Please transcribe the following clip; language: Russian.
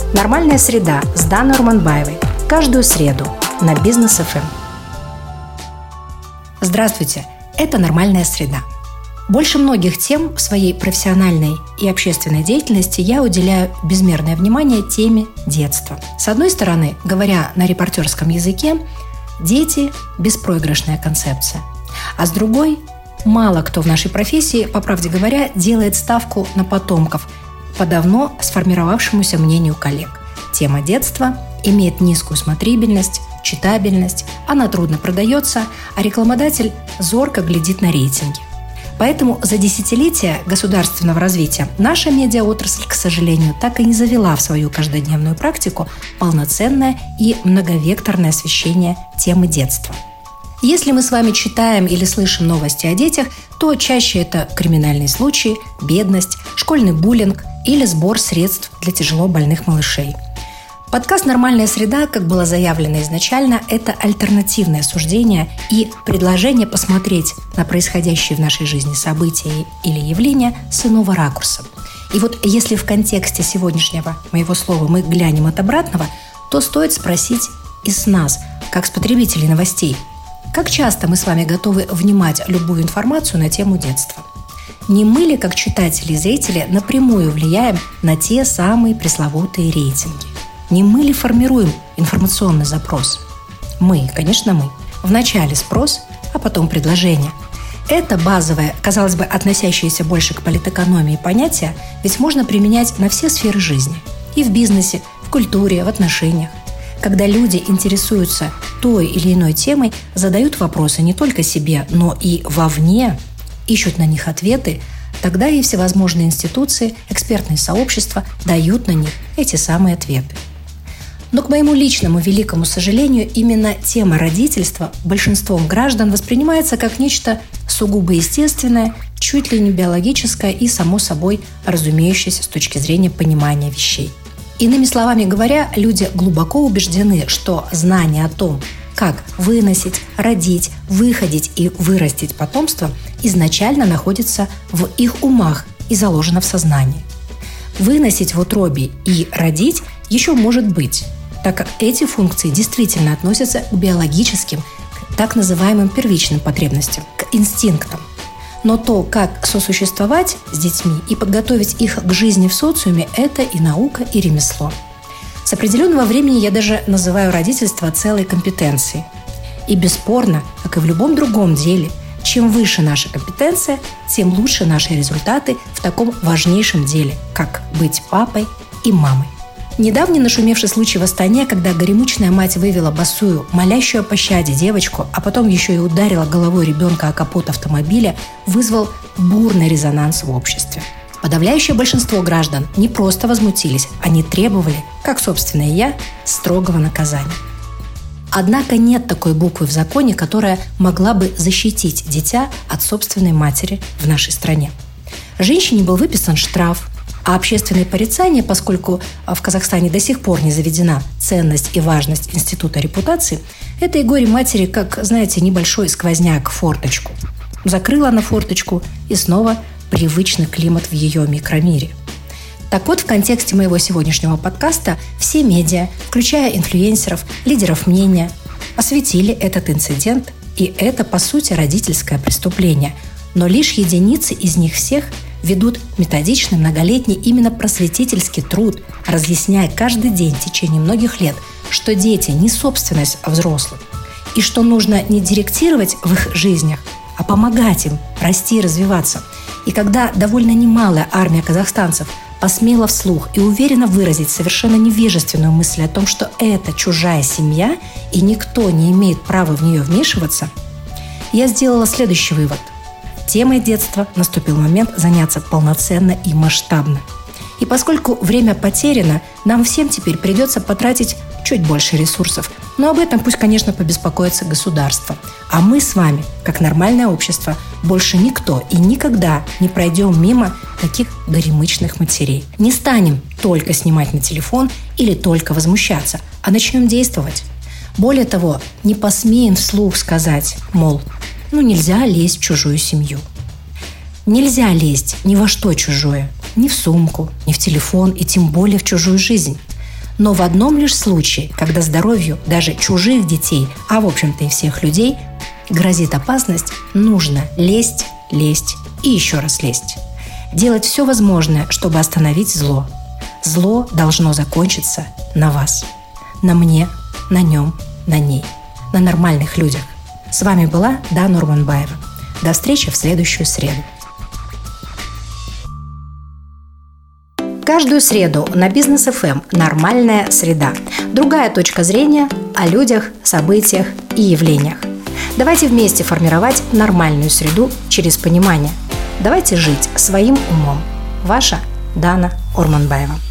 Нормальная среда с Даной Урманбаевой. Каждую среду на Бизнес ФМ. Здравствуйте, это «Нормальная среда». Больше многих тем в своей профессиональной и общественной деятельности я уделяю безмерное внимание теме детства. С одной стороны, говоря на репортерском языке, дети – беспроигрышная концепция. А с другой, мало кто в нашей профессии, по правде говоря, делает ставку на потомков по давно сформировавшемуся мнению коллег. Тема детства имеет низкую смотрибельность, читабельность, она трудно продается, а рекламодатель зорко глядит на рейтинги. Поэтому за десятилетия государственного развития наша медиаотрасль, к сожалению, так и не завела в свою каждодневную практику полноценное и многовекторное освещение темы детства. Если мы с вами читаем или слышим новости о детях, то чаще это криминальные случаи, бедность, школьный буллинг или сбор средств для тяжело больных малышей. Подкаст «Нормальная среда», как было заявлено изначально, это альтернативное суждение и предложение посмотреть на происходящие в нашей жизни события или явления с иного ракурса. И вот если в контексте сегодняшнего моего слова мы глянем от обратного, то стоит спросить и с нас, как с потребителей новостей, как часто мы с вами готовы внимать любую информацию на тему детства? Не мы ли, как читатели и зрители, напрямую влияем на те самые пресловутые рейтинги? Не мы ли формируем информационный запрос? Мы, конечно, мы. Вначале спрос, а потом предложение. Это базовое, казалось бы, относящееся больше к политэкономии понятие, ведь можно применять на все сферы жизни. И в бизнесе, в культуре, в отношениях. Когда люди интересуются той или иной темой, задают вопросы не только себе, но и вовне, ищут на них ответы, тогда и всевозможные институции, экспертные сообщества дают на них эти самые ответы. Но, к моему личному великому сожалению, именно тема родительства большинством граждан воспринимается как нечто сугубо естественное, чуть ли не биологическое и, само собой, разумеющееся с точки зрения понимания вещей. Иными словами говоря, люди глубоко убеждены, что знание о том, как выносить, родить, выходить и вырастить потомство, изначально находится в их умах и заложено в сознании. Выносить в утробе и родить еще может быть, так как эти функции действительно относятся к биологическим, к так называемым первичным потребностям, к инстинктам. Но то, как сосуществовать с детьми и подготовить их к жизни в социуме – это и наука, и ремесло. С определенного времени я даже называю родительство целой компетенцией. И бесспорно, как и в любом другом деле, чем выше наша компетенция, тем лучше наши результаты в таком важнейшем деле, как быть папой и мамой. Недавний нашумевший случай в Астане, когда горемычная мать вывела босую, молящую о пощаде девочку, а потом еще и ударила головой ребенка о капот автомобиля, вызвал бурный резонанс в обществе. Подавляющее большинство граждан не просто возмутились, они требовали, как собственно и я, строгого наказания. Однако нет такой буквы в законе, которая могла бы защитить дитя от собственной матери в нашей стране. Женщине был выписан штраф, а общественные порицания, поскольку в Казахстане до сих пор не заведена ценность и важность института репутации, это и горе матери, как, знаете, небольшой сквозняк в форточку. Закрыла она форточку, и снова привычный климат в ее микромире. Так вот, в контексте моего сегодняшнего подкаста все медиа, включая инфлюенсеров, лидеров мнения, осветили этот инцидент, и это, по сути, родительское преступление. Но лишь единицы из них всех ведут методичный, многолетний, именно просветительский труд, разъясняя каждый день в течение многих лет, что дети не собственность взрослых, и что нужно не директировать в их жизнях, а помогать им расти и развиваться. И когда довольно немалая армия казахстанцев посмела вслух и уверенно выразить совершенно невежественную мысль о том, что это чужая семья и никто не имеет права в нее вмешиваться, я сделала следующий вывод. Темой детства наступил момент заняться полноценно и масштабно. И поскольку время потеряно, нам всем теперь придется потратить чуть больше ресурсов. Но об этом пусть, конечно, побеспокоится государство. А мы с вами, как нормальное общество, больше никто и никогда не пройдем мимо таких горемычных матерей. Не станем только снимать на телефон или только возмущаться, а начнем действовать. Более того, не посмеем вслух сказать, мол, нельзя лезть в чужую семью. Нельзя лезть ни во что чужое, ни в сумку, ни в телефон и тем более в чужую жизнь. Но в одном лишь случае, когда здоровью даже чужих детей, а в общем-то и всех людей, грозит опасность, нужно лезть, лезть и еще раз лезть. Делать все возможное, чтобы остановить зло. Зло должно закончиться на вас. На мне, на нем, на ней. На нормальных людях. С вами была Дана Урманбаева. До встречи в следующую среду. Каждую среду на Бизнес ФМ «Нормальная среда». Другая точка зрения о людях, событиях и явлениях. Давайте вместе формировать нормальную среду через понимание. Давайте жить своим умом. Ваша Дана Урманбаева.